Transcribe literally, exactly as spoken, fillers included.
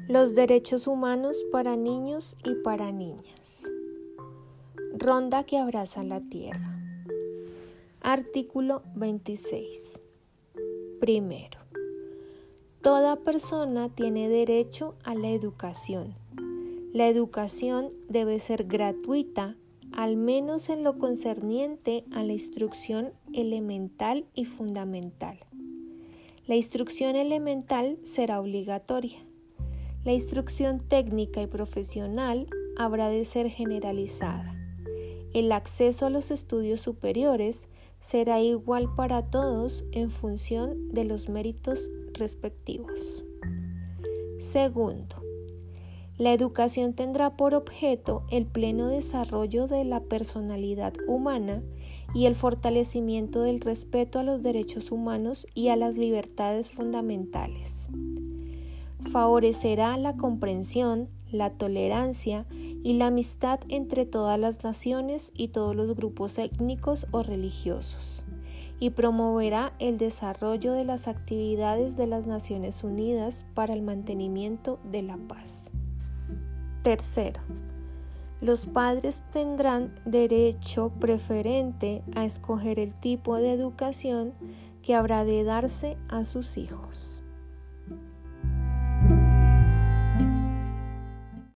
Los derechos humanos para niños y para niñas. Ronda que abraza la tierra. Artículo veintiséis. Primero, toda persona tiene derecho a la educación. La educación debe ser gratuita, al menos en lo concerniente a la instrucción elemental y fundamental. La instrucción elemental será obligatoria. La instrucción técnica y profesional habrá de ser generalizada. El acceso a los estudios superiores será igual para todos en función de los méritos respectivos. Segundo, la educación tendrá por objeto el pleno desarrollo de la personalidad humana y el fortalecimiento del respeto a los derechos humanos y a las libertades fundamentales. Favorecerá la comprensión, la tolerancia y la amistad entre todas las naciones y todos los grupos étnicos o religiosos, y promoverá el desarrollo de las actividades de las Naciones Unidas para el mantenimiento de la paz. Tercero, los padres tendrán derecho preferente a escoger el tipo de educación que habrá de darse a sus hijos.